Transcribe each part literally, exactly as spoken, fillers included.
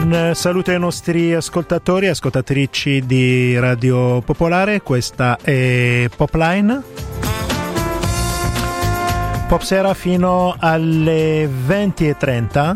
Un saluto ai nostri ascoltatori e ascoltatrici di Radio Popolare. Questa è Popline. Popsera fino alle venti e trenta.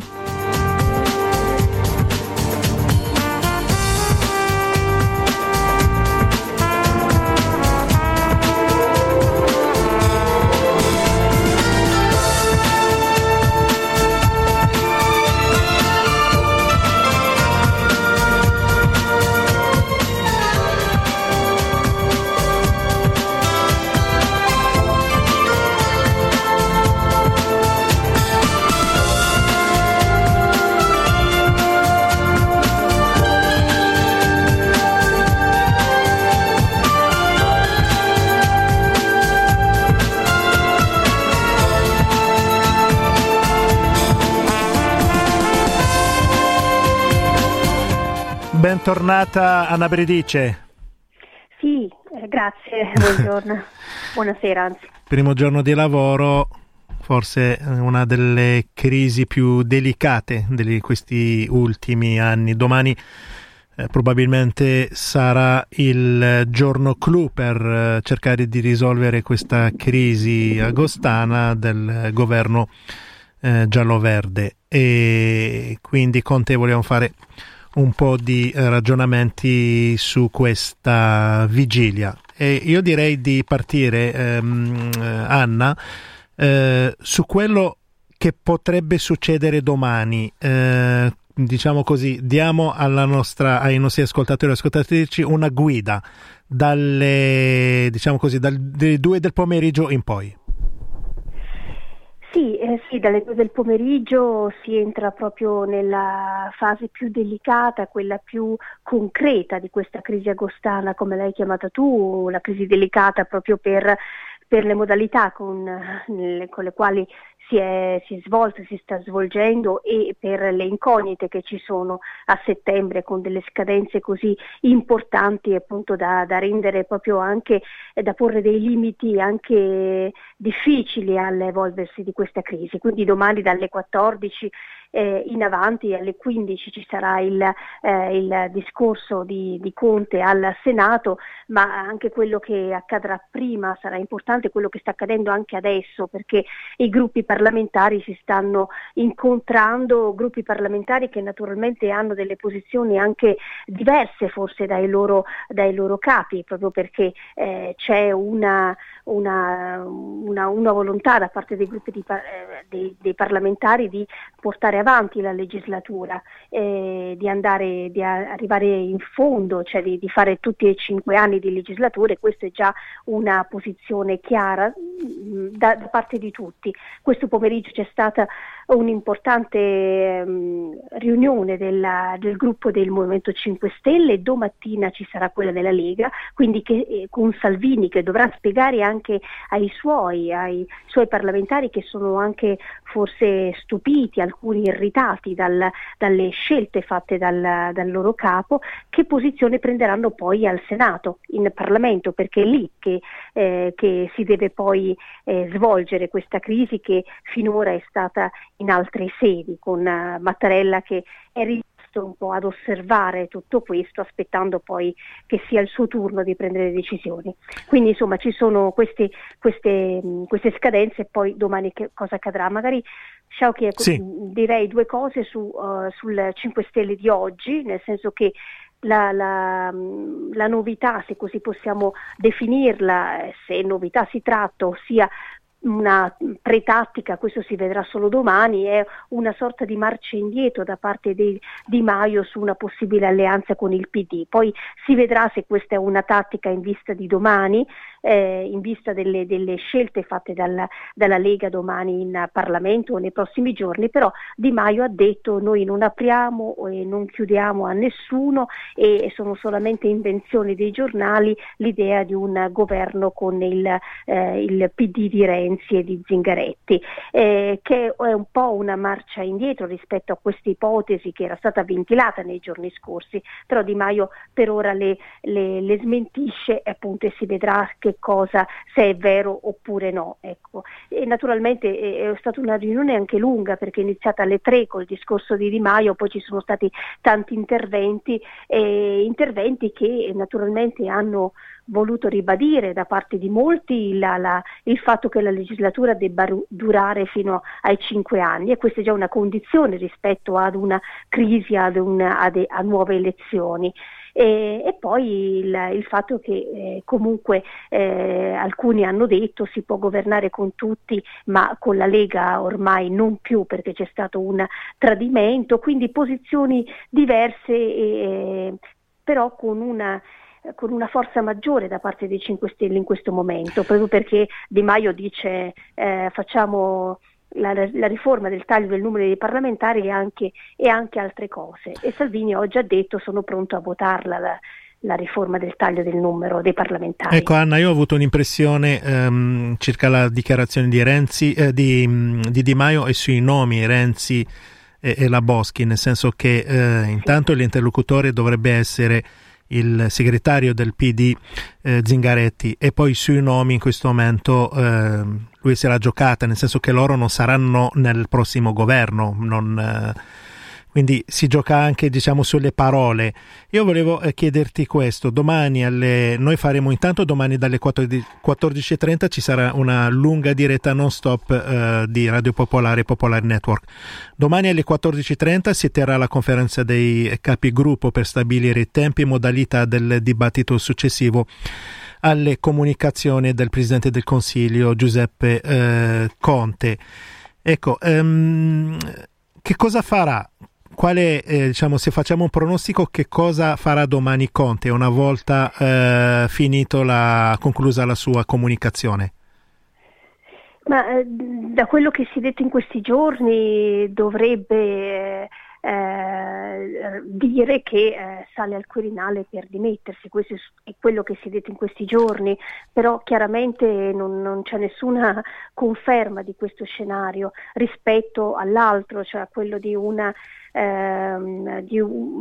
Bentornata Anna Bredice. Sì, eh, grazie, buongiorno, buonasera anzi. Primo giorno di lavoro, forse una delle crisi più delicate di questi ultimi anni. Domani eh, probabilmente sarà il giorno clou per eh, cercare di risolvere questa crisi agostana del governo eh, giallo-verde, e quindi con te vogliamo fare un po' di ragionamenti su questa vigilia. E io direi di partire, ehm, Anna, eh, su quello che potrebbe succedere domani. Eh, diciamo così, diamo alla nostra, ai nostri ascoltatori e ascoltatrici una guida dalle, diciamo così, dalle due del pomeriggio in poi. Sì, eh, sì, dalle due del pomeriggio si entra proprio nella fase più delicata, quella più concreta di questa crisi agostana, come l'hai chiamata tu, la crisi delicata proprio per, per le modalità con, nelle, con le quali si è, si è svolta, si sta svolgendo, e per le incognite che ci sono a settembre con delle scadenze così importanti, appunto da, da rendere proprio anche, eh, da porre dei limiti anche difficili all'evolversi di questa crisi. Quindi domani dalle quattordici eh, in avanti alle quindici ci sarà il, eh, il discorso di, di Conte al Senato, ma anche quello che accadrà prima sarà importante, quello che sta accadendo anche adesso, perché i gruppi parlamentari si stanno incontrando, gruppi parlamentari che naturalmente hanno delle posizioni anche diverse forse dai loro, dai loro capi, proprio perché eh, c'è una, una, una, una volontà da parte dei gruppi di, eh, dei, dei parlamentari di portare avanti la legislatura, eh, di andare, di arrivare in fondo, cioè di, di fare tutti e cinque anni di legislatura, e questa è già una posizione chiara mh, da, da parte di tutti. Questo pomeriggio c'è stata un'importante mh, riunione della, del gruppo del Movimento cinque Stelle, domattina ci sarà quella della Lega, quindi che, eh, con Salvini, che dovrà spiegare anche ai suoi, ai suoi parlamentari, che sono anche forse stupiti, alcuni irritati dal, dalle scelte fatte dal, dal loro capo, che posizione prenderanno poi al Senato, in Parlamento, perché è lì che, eh, che si deve poi eh, svolgere questa crisi che finora è stata in altre sedi, con uh, Mattarella che è rimasto un po' ad osservare tutto questo, aspettando poi che sia il suo turno di prendere decisioni. Quindi insomma ci sono queste, queste, mh, queste scadenze, e poi domani che cosa accadrà. Magari Sciauchi, ecco, sì. direi due cose su, uh, sul cinque Stelle di oggi, nel senso che La, la, la novità, se così possiamo definirla, se novità si tratta, ossia una pretattica, questo si vedrà solo domani, è una sorta di marcia indietro da parte di Di Maio su una possibile alleanza con il P D. Poi si vedrà se questa è una tattica in vista di domani, eh, in vista delle, delle scelte fatte dalla, dalla Lega domani in Parlamento o nei prossimi giorni, però Di Maio ha detto: noi non apriamo e non chiudiamo a nessuno, e sono solamente invenzioni dei giornali l'idea di un governo con il, eh, il P D di Renzi e di Zingaretti, eh, che è un po' una marcia indietro rispetto a questa ipotesi che era stata ventilata nei giorni scorsi, però Di Maio per ora le, le, le smentisce, appunto, e si vedrà che che cosa, se è vero oppure no. Ecco. E naturalmente è, è stata una riunione anche lunga, perché è iniziata alle tre col discorso di Di Maio, poi ci sono stati tanti interventi, eh, interventi che naturalmente hanno voluto ribadire da parte di molti la, la, il fatto che la legislatura debba ru- durare fino ai cinque anni, e questa è già una condizione rispetto ad una crisi, ad una, a, de- a nuove elezioni. E, e poi il, il fatto che eh, comunque eh, alcuni hanno detto si può governare con tutti, ma con la Lega ormai non più, perché c'è stato un tradimento, quindi posizioni diverse, e, però con una con una forza maggiore da parte dei cinque Stelle in questo momento, proprio perché Di Maio dice eh, facciamo la, la riforma del taglio del numero dei parlamentari e anche, e anche altre cose, e Salvini oggi ha detto sono pronto a votarla la, la riforma del taglio del numero dei parlamentari. Ecco Anna, io ho avuto un'impressione ehm, circa la dichiarazione di Renzi, eh, di, di Di Maio e sui nomi Renzi e, e la Boschi, nel senso che eh, intanto l'interlocutore dovrebbe essere il segretario del P D eh, Zingaretti, e poi sui nomi in questo momento eh, lui se l'ha giocata, nel senso che loro non saranno nel prossimo governo, non, eh, quindi si gioca anche, diciamo, sulle parole. Io volevo eh, chiederti questo: domani alle noi faremo intanto domani dalle quattordici e trenta ci sarà una lunga diretta non stop eh, di Radio Popolare Popolare Network. Domani alle quattordici e trenta si terrà la conferenza dei capigruppo per stabilire i tempi e modalità del dibattito successivo alle comunicazioni del Presidente del Consiglio Giuseppe eh, Conte. Ecco, ehm, che cosa farà? Quale, eh, diciamo, se facciamo un pronostico, che cosa farà domani Conte una volta eh, finito la conclusa la sua comunicazione? Ma eh, da quello che si è detto in questi giorni dovrebbe eh, dire che eh, sale al Quirinale per dimettersi, questo è quello che si è detto in questi giorni, però chiaramente non, non c'è nessuna conferma di questo scenario rispetto all'altro, cioè a quello di una Ehm, di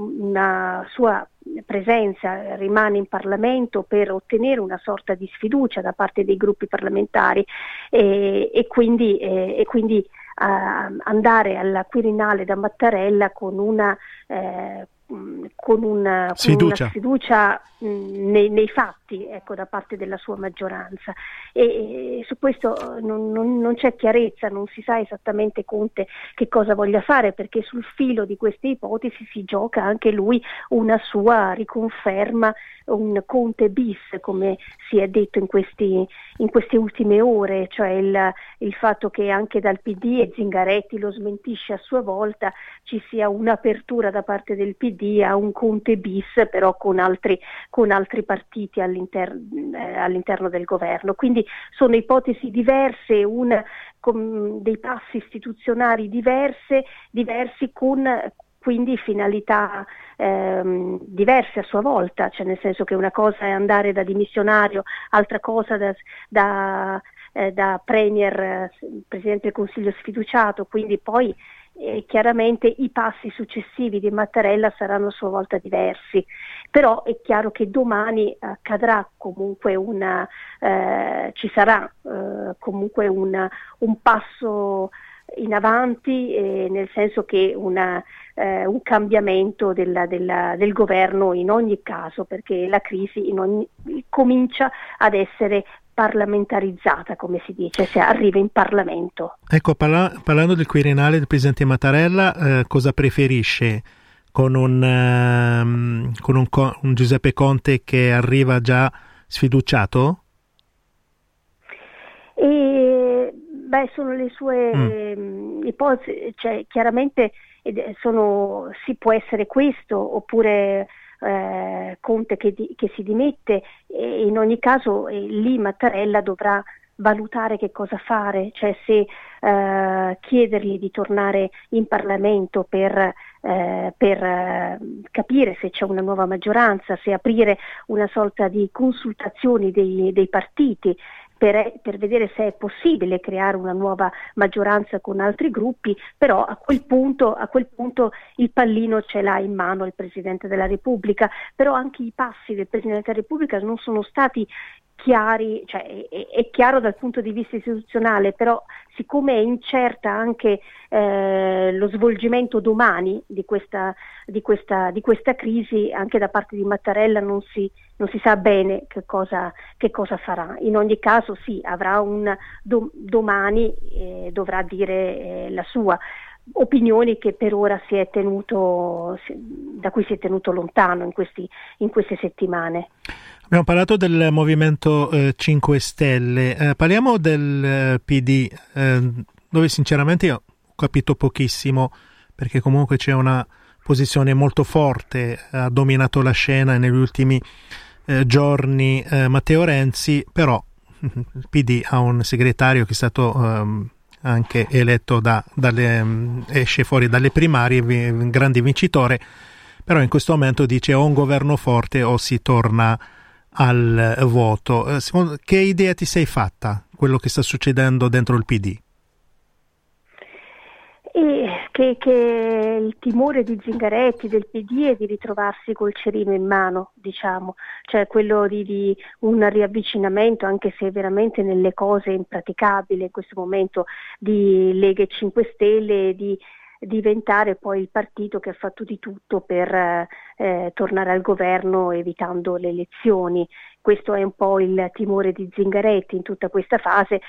una sua presenza, rimane in Parlamento per ottenere una sorta di sfiducia da parte dei gruppi parlamentari, e, e quindi, e, e quindi eh, andare alla Quirinale da Mattarella con una eh, con una, con una sfiducia mh, nei, nei fatti, ecco, da parte della sua maggioranza, e, e su questo non, non, non c'è chiarezza, non si sa esattamente Conte che cosa voglia fare, perché sul filo di queste ipotesi si gioca anche lui una sua riconferma, un Conte bis, come si è detto in, questi, in queste ultime ore, cioè il, il fatto che anche dal P D, e Zingaretti lo smentisce a sua volta, ci sia un'apertura da parte del P D a un Conte bis, però con altri, con altri partiti all'inter- eh, all'interno del governo. Quindi sono ipotesi diverse, una, con dei passi istituzionali diverse, diversi, con quindi finalità ehm, diverse a sua volta, cioè nel senso che una cosa è andare da dimissionario, altra cosa da, da, eh, da premier, eh, Presidente del Consiglio sfiduciato, quindi poi eh, chiaramente i passi successivi di Mattarella saranno a sua volta diversi, però è chiaro che domani accadrà comunque una, eh, ci sarà eh, comunque una, un passo in avanti, eh, nel senso che una, eh, un cambiamento della, della, del governo in ogni caso, perché la crisi in ogni, comincia ad essere parlamentarizzata, come si dice, se arriva in Parlamento. Ecco, parla, parlando del Quirinale del Presidente Mattarella, eh, cosa preferisce? Con un, um, con un, un Giuseppe Conte che arriva già sfiduciato? E, beh, sono le sue mm. ipotesi, cioè chiaramente sono, sì, può essere questo, oppure eh, Conte che, di, che si dimette, e in ogni caso eh, lì Mattarella dovrà valutare che cosa fare, cioè se eh, chiedergli di tornare in Parlamento per, eh, per eh, capire se c'è una nuova maggioranza, se aprire una sorta di consultazioni dei, dei partiti per, per vedere se è possibile creare una nuova maggioranza con altri gruppi, però a quel punto, a quel punto il pallino ce l'ha in mano il Presidente della Repubblica, però anche i passi del Presidente della Repubblica non sono stati chiari, cioè è, è chiaro dal punto di vista istituzionale, però siccome è incerta anche eh, lo svolgimento domani di questa, di, questa, di questa crisi, anche da parte di Mattarella non si, non si sa bene che cosa, che cosa farà. In ogni caso sì, avrà un do, domani eh, dovrà dire eh, la sua. Opinioni che per ora si è tenuto, da cui si è tenuto lontano in, questi, in queste settimane. Abbiamo parlato del Movimento eh, cinque Stelle, eh, parliamo del eh, P D, eh, dove sinceramente io ho capito pochissimo, perché comunque c'è una posizione molto forte, ha dominato la scena negli ultimi eh, giorni eh, Matteo Renzi, però il P D ha un segretario che è stato um, anche eletto da, dalle, um, esce fuori dalle primarie, vi, grande vincitore, però in questo momento dice o un governo forte o si torna al voto. Eh, secondo, che idea ti sei fatta quello che sta succedendo dentro il P D? E che, che il timore di Zingaretti, del P D, è di ritrovarsi col cerino in mano, diciamo, cioè quello di, di un riavvicinamento, anche se veramente nelle cose impraticabile in questo momento, di Lega e cinque Stelle, di diventare poi il partito che ha fatto di tutto per eh, tornare al governo evitando le elezioni. Questo è un po' il timore di Zingaretti in tutta questa fase,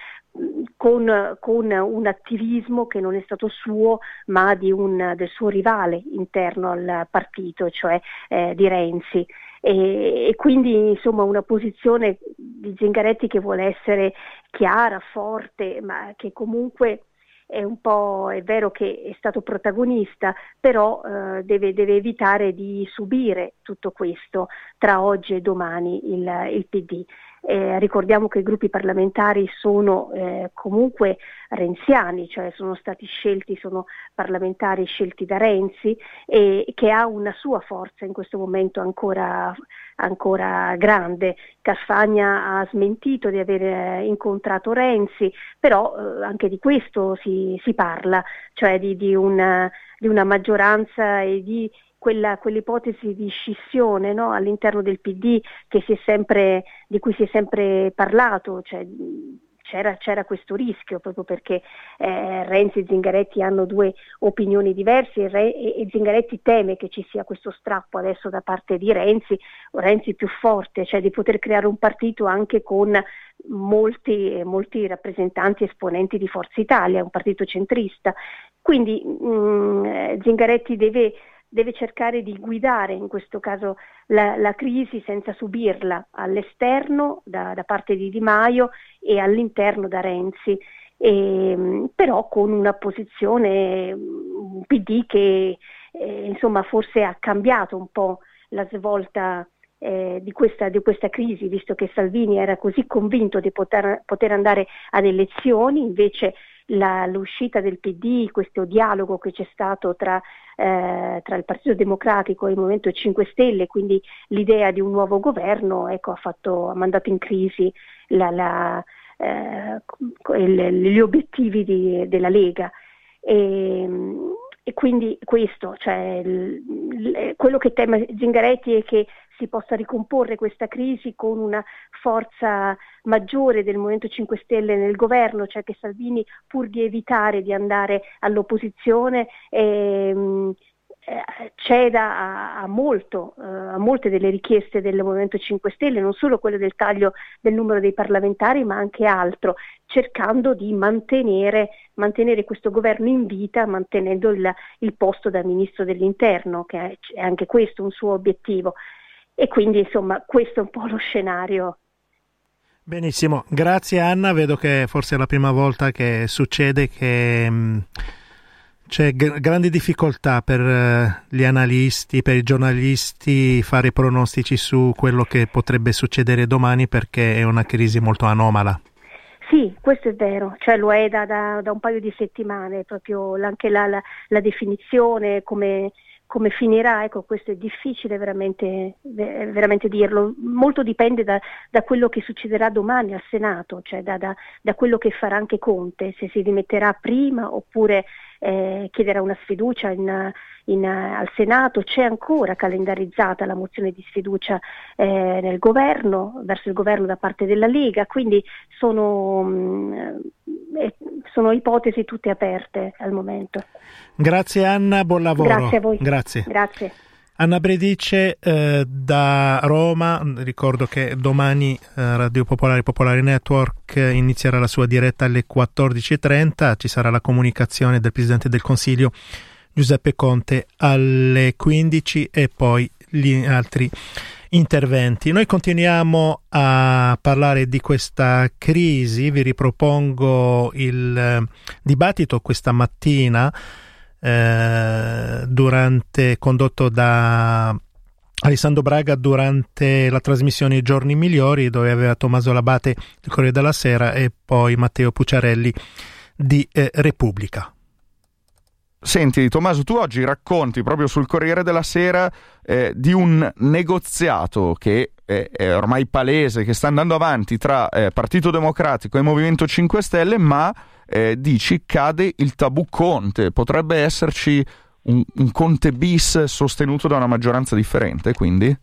con, con un attivismo che non è stato suo, ma di un, del suo rivale interno al partito, cioè eh, di Renzi. E, e quindi insomma una posizione di Zingaretti che vuole essere chiara, forte, ma che comunque è un po', è vero che è stato protagonista, però eh, deve, deve evitare di subire tutto questo tra oggi e domani il, il P D. Eh, ricordiamo che i gruppi parlamentari sono eh, comunque renziani, cioè sono stati scelti, sono parlamentari scelti da Renzi, e che ha una sua forza in questo momento ancora, ancora grande. Carfagna ha smentito di aver incontrato Renzi, però eh, anche di questo si, si parla, cioè di, di, una, di una maggioranza e di Quella, quell'ipotesi di scissione, no, all'interno del P D che si è sempre, di cui si è sempre parlato, cioè, c'era, c'era questo rischio proprio perché eh, Renzi e Zingaretti hanno due opinioni diverse e, Re, e Zingaretti teme che ci sia questo strappo adesso da parte di Renzi, Renzi più forte, cioè di poter creare un partito anche con molti, molti rappresentanti esponenti di Forza Italia, un partito centrista. Quindi mh, Zingaretti deve deve cercare di guidare in questo caso la, la crisi senza subirla all'esterno da, da parte di Di Maio e all'interno da Renzi, e, però con una posizione, un P D che eh, insomma forse ha cambiato un po' la svolta eh, di, questa, di questa crisi, visto che Salvini era così convinto di poter, poter andare ad elezioni, invece La, l'uscita del P D, questo dialogo che c'è stato tra, eh, tra il Partito Democratico e il Movimento cinque Stelle, quindi l'idea di un nuovo governo, ecco, ha, fatto, ha mandato in crisi la, la, eh, il, gli obiettivi di, della Lega. E, e quindi questo, cioè, il, il, quello che teme Zingaretti è che si possa ricomporre questa crisi con una forza maggiore del Movimento cinque Stelle nel governo, cioè che Salvini, pur di evitare di andare all'opposizione, ehm, eh, ceda a, a molto, eh, a molte delle richieste del Movimento cinque Stelle, non solo quelle del taglio del numero dei parlamentari, ma anche altro, cercando di mantenere, mantenere questo governo in vita, mantenendo il, il posto da Ministro dell'Interno, che è, è anche questo un suo obiettivo. E quindi insomma questo è un po' lo scenario. Benissimo, grazie Anna, vedo che forse è la prima volta che succede che mh, c'è g- grandi difficoltà per uh, gli analisti, per i giornalisti fare pronostici su quello che potrebbe succedere domani, perché è una crisi molto anomala. Sì, questo è vero, cioè lo è da, da, da un paio di settimane, proprio anche la, la, la definizione, come come finirà, ecco, questo è difficile veramente, veramente dirlo, molto dipende da, da quello che succederà domani al Senato, cioè da, da, da quello che farà anche Conte, se si dimetterà prima oppure eh, chiederà una sfiducia in, in, al Senato. C'è ancora calendarizzata la mozione di sfiducia eh, nel governo, verso il governo da parte della Lega, quindi sono, mh, eh, sono ipotesi tutte aperte al momento. Grazie Anna, buon lavoro. Grazie a voi. Grazie. Grazie. Anna Bredice eh, da Roma. Ricordo che domani eh, Radio Popolare Popolare Network eh, inizierà la sua diretta alle quattordici e trenta, ci sarà la comunicazione del Presidente del Consiglio Giuseppe Conte alle quindici e poi gli altri interventi. Noi continuiamo a parlare di questa crisi, vi ripropongo il eh, dibattito questa mattina Eh, durante condotto da Alessandro Braga durante la trasmissione I Giorni Migliori, dove aveva Tommaso Labate del Corriere della Sera e poi Matteo Pucciarelli di eh, Repubblica. Senti Tommaso, tu oggi racconti proprio sul Corriere della Sera eh, di un negoziato che è, è ormai palese, che sta andando avanti tra eh, Partito Democratico e Movimento cinque Stelle, ma eh, dici cade il tabù Conte, potrebbe esserci un, un Conte bis sostenuto da una maggioranza differente, quindi?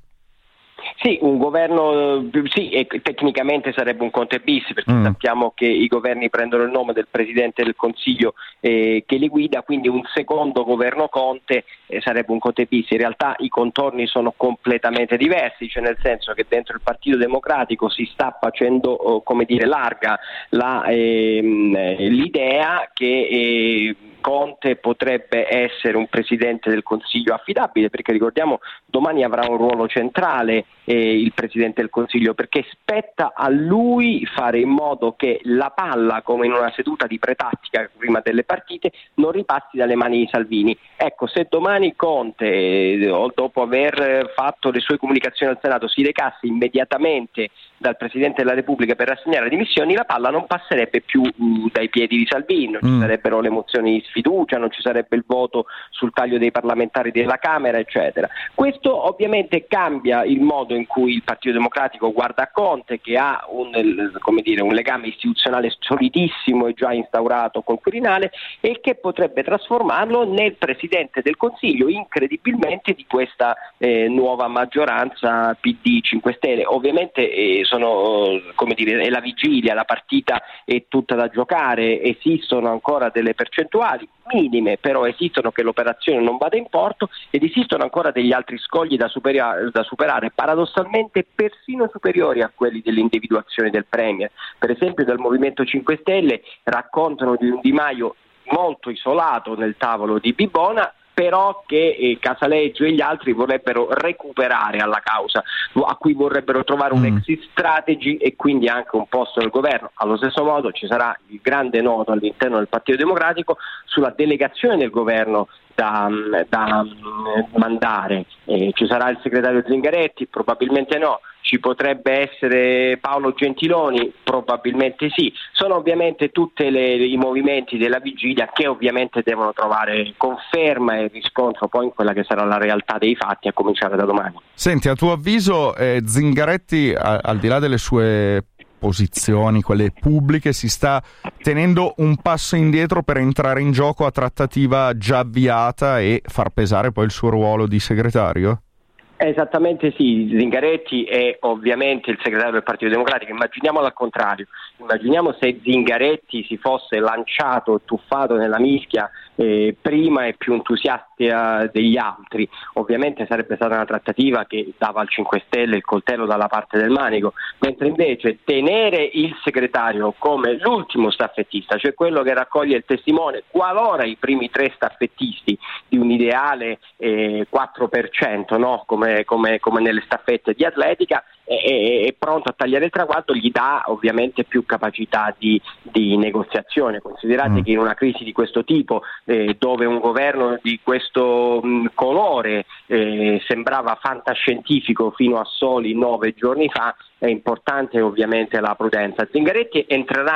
Sì, un governo, sì, e tecnicamente sarebbe un Conte bis, perché mm. sappiamo che i governi prendono il nome del Presidente del Consiglio eh, che li guida, quindi un secondo governo Conte eh, sarebbe un Conte bis. In realtà i contorni sono completamente diversi, cioè nel senso che dentro il Partito Democratico si sta facendo, oh, come dire, larga la, ehm, l'idea che eh, Conte potrebbe essere un Presidente del Consiglio affidabile, perché ricordiamo domani avrà un ruolo centrale eh, il Presidente del Consiglio, perché spetta a lui fare in modo che la palla, come in una seduta di pretattica prima delle partite, non ripassi dalle mani di Salvini. Ecco, se domani Conte, eh, o dopo aver fatto le sue comunicazioni al Senato, si recasse immediatamente dal Presidente della Repubblica per rassegnare le dimissioni, la palla non passerebbe più uh, dai piedi di Salvini, non ci mm. sarebbero le mozioni di sfiducia, non ci sarebbe il voto sul taglio dei parlamentari della Camera, eccetera. Questo ovviamente cambia il modo in cui il Partito Democratico guarda a Conte, che ha un, come dire, un legame istituzionale solidissimo e già instaurato col Quirinale, e che potrebbe trasformarlo nel Presidente del Consiglio, incredibilmente, di questa eh, nuova maggioranza P D cinque Stelle. Ovviamente eh, sono, come dire, è la vigilia, la partita è tutta da giocare, esistono ancora delle percentuali minime, però esistono, che l'operazione non vada in porto, ed esistono ancora degli altri scogli da superare, da superare paradossalmente persino superiori a quelli dell'individuazione del Premier. Per esempio dal Movimento cinque Stelle raccontano di un Di Maio molto isolato nel tavolo di Bibona, però che eh, Casaleggio e gli altri vorrebbero recuperare alla causa, a cui vorrebbero trovare un exit strategy e quindi anche un posto nel governo. Allo stesso modo ci sarà il grande nodo all'interno del Partito Democratico sulla delegazione del governo da, da mandare. Eh, ci sarà il segretario Zingaretti? Probabilmente no. Ci potrebbe essere Paolo Gentiloni? Probabilmente sì. Sono ovviamente tutti i movimenti della vigilia che ovviamente devono trovare conferma e riscontro poi in quella che sarà la realtà dei fatti, a cominciare da domani. Senti, a tuo avviso eh, Zingaretti, a, al di là delle sue posizioni, quelle pubbliche, si sta tenendo un passo indietro per entrare in gioco a trattativa già avviata e far pesare poi il suo ruolo di segretario? Esattamente sì, Zingaretti è ovviamente il segretario del Partito Democratico. Immaginiamolo al contrario, immaginiamo se Zingaretti si fosse lanciato, tuffato nella mischia eh, prima e più entusiasta degli altri. Ovviamente sarebbe stata una trattativa che dava al cinque Stelle il coltello dalla parte del manico, mentre invece tenere il segretario come l'ultimo staffettista, cioè quello che raccoglie il testimone qualora i primi tre staffettisti di un ideale eh, quattro per cento, no? come Come, come nelle staffette di atletica, è, è, è pronto a tagliare il traguardo, gli dà ovviamente più capacità di, di negoziazione. Considerate mm. che in una crisi di questo tipo, eh, dove un governo di questo mh, colore eh, sembrava fantascientifico fino a soli nove giorni fa, è importante ovviamente la prudenza. Zingaretti entrerà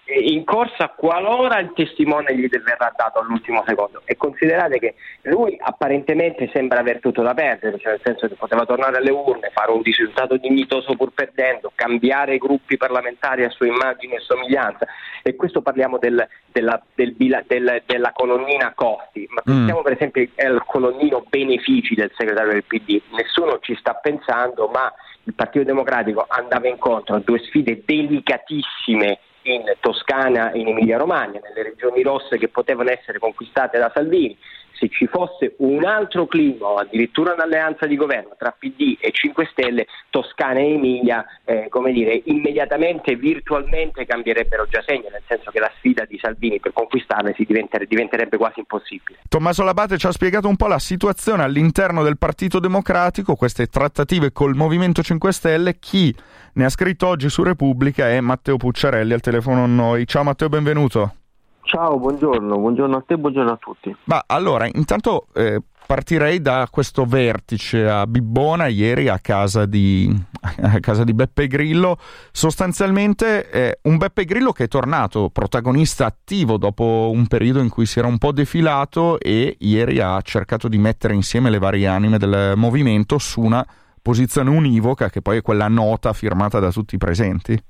in corsa qualora il testimone gli verrà dato all'ultimo secondo. E considerate che lui apparentemente sembra aver tutto da perdere, cioè nel senso che poteva tornare alle urne, fare un risultato dignitoso pur perdendo, cambiare i gruppi parlamentari a sua immagine e somiglianza, e questo parliamo del, della, del, del, della colonnina costi, ma pensiamo mm. per esempio al colonnino benefici del segretario del P D. Nessuno ci sta pensando, ma il Partito Democratico andava incontro a due sfide delicatissime in Toscana e in Emilia Romagna, nelle regioni rosse che potevano essere conquistate da Salvini. Se ci fosse un altro clima o addirittura un'alleanza di governo tra P D e cinque Stelle, Toscana e Emilia, eh, come dire, immediatamente, virtualmente cambierebbero già segno, nel senso che la sfida di Salvini per conquistarle si diventere, diventerebbe quasi impossibile. Tommaso Labate ci ha spiegato un po' la situazione all'interno del Partito Democratico, queste trattative col Movimento cinque Stelle. Chi ne ha scritto oggi su Repubblica è Matteo Pucciarelli al telefono con noi. Ciao Matteo, benvenuto. Ciao, buongiorno, buongiorno a te, buongiorno a tutti. Ma allora, intanto eh, partirei da questo vertice a Bibbona ieri a casa di, a casa di Beppe Grillo. Sostanzialmente eh, un Beppe Grillo che è tornato protagonista attivo dopo un periodo in cui si era un po' defilato, e ieri ha cercato di mettere insieme le varie anime del movimento su una posizione univoca, che poi è quella nota firmata da tutti i presenti.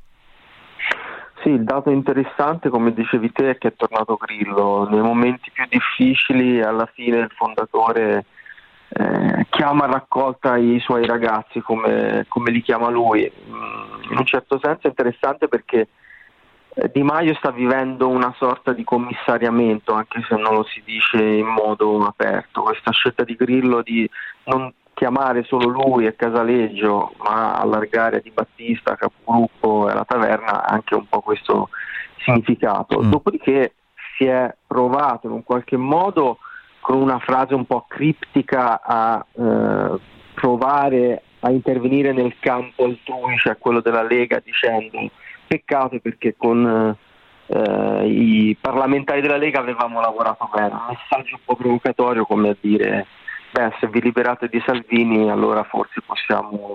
Sì, il dato interessante, come dicevi te, è che è tornato Grillo. Nei momenti più difficili, alla fine il fondatore eh, chiama a raccolta i suoi ragazzi, come, come li chiama lui. In un certo senso è interessante perché eh, Di Maio sta vivendo una sorta di commissariamento, anche se non lo si dice in modo aperto. Questa scelta di Grillo di non chiamare solo lui e Casaleggio, ma allargare a Di Battista, Capogruppo e la Taverna, anche un po' questo significato. Mm. Dopodiché si è provato in un qualche modo, con una frase un po' criptica, a eh, provare a intervenire nel campo altrui, cioè quello della Lega, dicendo: peccato perché con eh, i parlamentari della Lega avevamo lavorato bene. Un messaggio un po' provocatorio, come a dire: beh, se vi liberate di Salvini allora forse possiamo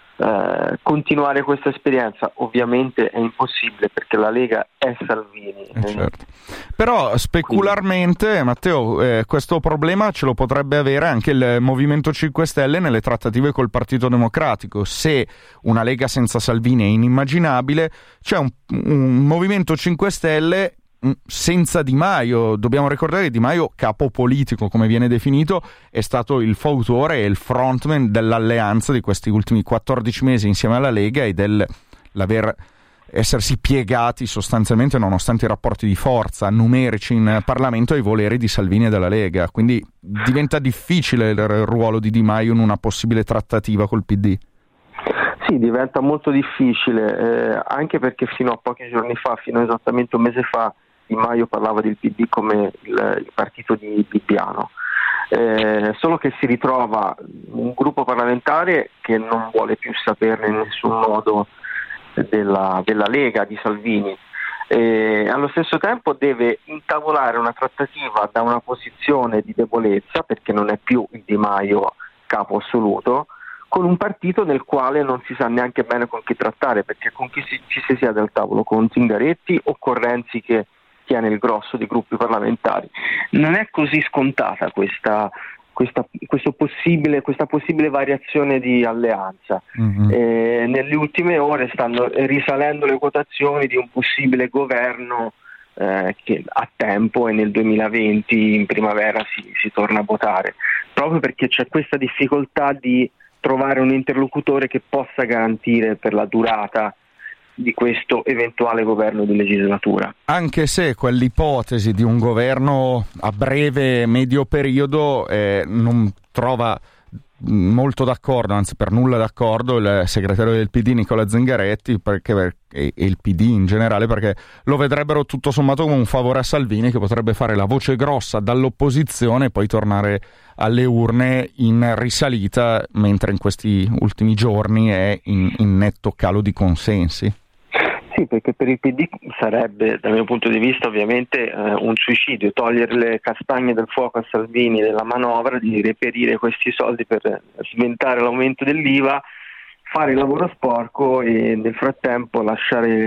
eh, continuare questa esperienza. Ovviamente è impossibile perché la Lega è Salvini. Eh certo. Però specularmente, Matteo, eh, questo problema ce lo potrebbe avere anche il Movimento cinque Stelle nelle trattative col Partito Democratico. Se una Lega senza Salvini è inimmaginabile, c'è un, un Movimento cinque Stelle senza Di Maio. Dobbiamo ricordare che Di Maio, capo politico come viene definito, è stato il fautore e il frontman dell'alleanza di questi ultimi quattordici mesi insieme alla Lega e dell'aver essersi piegati sostanzialmente, nonostante i rapporti di forza numerici in Parlamento, ai voleri di Salvini e della Lega. Quindi diventa difficile il ruolo di Di Maio in una possibile trattativa col P D. Sì, diventa molto difficile, eh, anche perché fino a pochi giorni fa, fino a esattamente un mese fa, Di Maio parlava del P D come il, il partito di Bibbiano, eh, solo che si ritrova un gruppo parlamentare che non vuole più saperne in nessun modo della, della Lega di Salvini, e allo stesso tempo deve intavolare una trattativa da una posizione di debolezza, perché non è più il Di Maio capo assoluto, con un partito nel quale non si sa neanche bene con chi trattare, perché con chi si, ci si siede al tavolo, con Zingaretti o con Renzi che tiene il grosso dei gruppi parlamentari. Non è così scontata questa, questa, questo possibile, questa possibile variazione di alleanza. Mm-hmm. Eh, nelle ultime ore stanno risalendo le quotazioni di un possibile governo eh, che a tempo, e nel duemilaventi in primavera si, si torna a votare, proprio perché c'è questa difficoltà di trovare un interlocutore che possa garantire per la durata di questo eventuale governo di legislatura. Anche se quell'ipotesi di un governo a breve medio periodo eh, non trova molto d'accordo, anzi per nulla d'accordo, il segretario del P D Nicola Zingaretti perché, e, e il P D in generale, perché lo vedrebbero tutto sommato come un favore a Salvini, che potrebbe fare la voce grossa dall'opposizione e poi tornare alle urne in risalita, mentre in questi ultimi giorni è in, in netto calo di consensi. Sì, perché per il P D sarebbe, dal mio punto di vista, ovviamente eh, un suicidio togliere le castagne del fuoco a Salvini della manovra, di reperire questi soldi per sventare l'aumento dell'I V A, fare il lavoro sporco e nel frattempo lasciare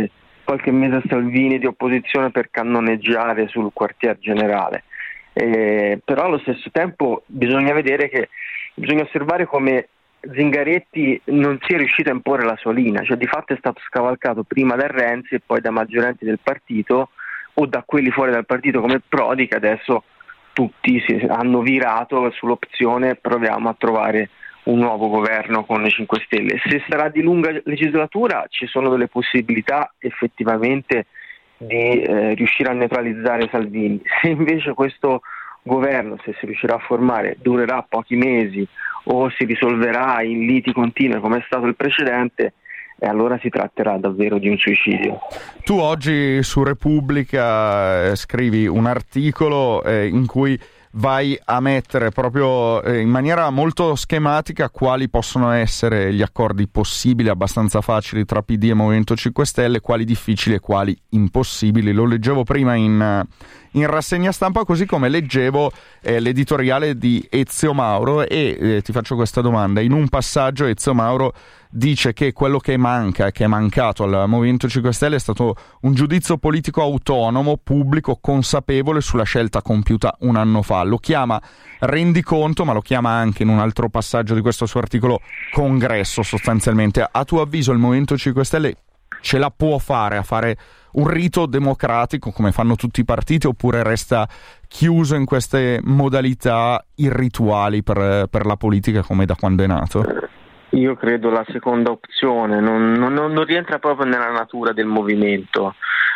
qualche mese a Salvini di opposizione per cannoneggiare sul quartier generale. Eh, però allo stesso tempo bisogna vedere che bisogna osservare come Zingaretti non sia riuscito a imporre la sua linea, cioè di fatto è stato scavalcato prima da Renzi e poi da maggiorenti del partito o da quelli fuori dal partito come Prodi, che adesso tutti si hanno virato sull'opzione proviamo a trovare un nuovo governo con i cinque Stelle. Se sarà di lunga legislatura ci sono delle possibilità effettivamente di eh, riuscire a neutralizzare Salvini. Se invece questo governo, se si riuscirà a formare, durerà pochi mesi o si risolverà in liti continue come è stato il precedente, e allora si tratterà davvero di un suicidio. Tu oggi su Repubblica eh, scrivi un articolo eh, in cui vai a mettere proprio eh, in maniera molto schematica quali possono essere gli accordi possibili, abbastanza facili, tra P D e Movimento cinque Stelle, quali difficili e quali impossibili. Lo leggevo prima in, in rassegna stampa, così come leggevo eh, l'editoriale di Ezio Mauro e eh, ti faccio questa domanda. In un passaggio Ezio Mauro dice che quello che manca e che è mancato al Movimento cinque Stelle è stato un giudizio politico autonomo, pubblico, consapevole sulla scelta compiuta un anno fa. Lo chiama rendiconto, ma lo chiama anche in un altro passaggio di questo suo articolo congresso sostanzialmente. A tuo avviso il Movimento cinque Stelle ce la può fare a fare un rito democratico come fanno tutti i partiti, oppure resta chiuso in queste modalità irrituali per, per la politica come da quando è nato? Io credo la seconda opzione, non, non, non rientra proprio nella natura del movimento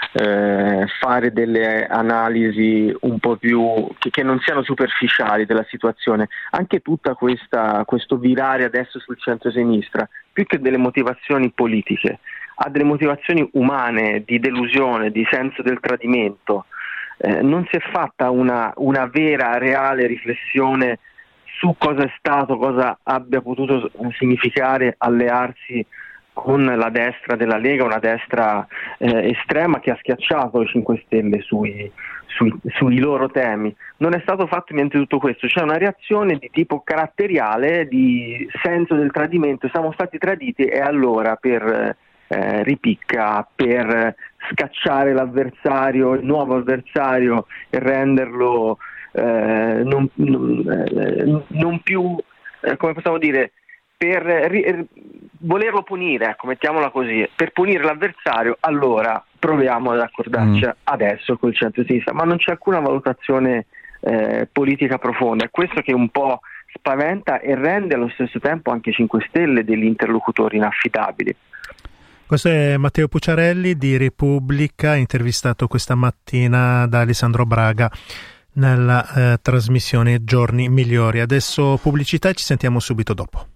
eh, fare delle analisi un po' più che, che non siano superficiali della situazione. Anche tutta questa questo virare adesso sul centro-sinistra, più che delle motivazioni politiche, ha delle motivazioni umane, di delusione, di senso del tradimento. Eh, non si è fatta una, una vera, reale riflessione su cosa è stato, cosa abbia potuto significare allearsi con la destra della Lega, una destra eh, estrema che ha schiacciato i cinque Stelle sui, sui, sui loro temi. Non è stato fatto niente di tutto questo, c'è una reazione di tipo caratteriale, di senso del tradimento, siamo stati traditi e allora per eh, ripicca, per scacciare l'avversario, il nuovo avversario e renderlo Eh, non, non, eh, non più, eh, come possiamo dire, per ri- volerlo punire, ecco, mettiamola così, per punire l'avversario, allora proviamo ad accordarci mm. adesso col centro-sinistra, ma non c'è alcuna valutazione eh, politica profonda. È questo che un po' spaventa e rende allo stesso tempo anche i cinque Stelle degli interlocutori inaffidabili. Questo è Matteo Pucciarelli di Repubblica, intervistato questa mattina da Alessandro Braga nella eh, trasmissione Giorni Migliori. Adesso pubblicità e ci sentiamo subito dopo.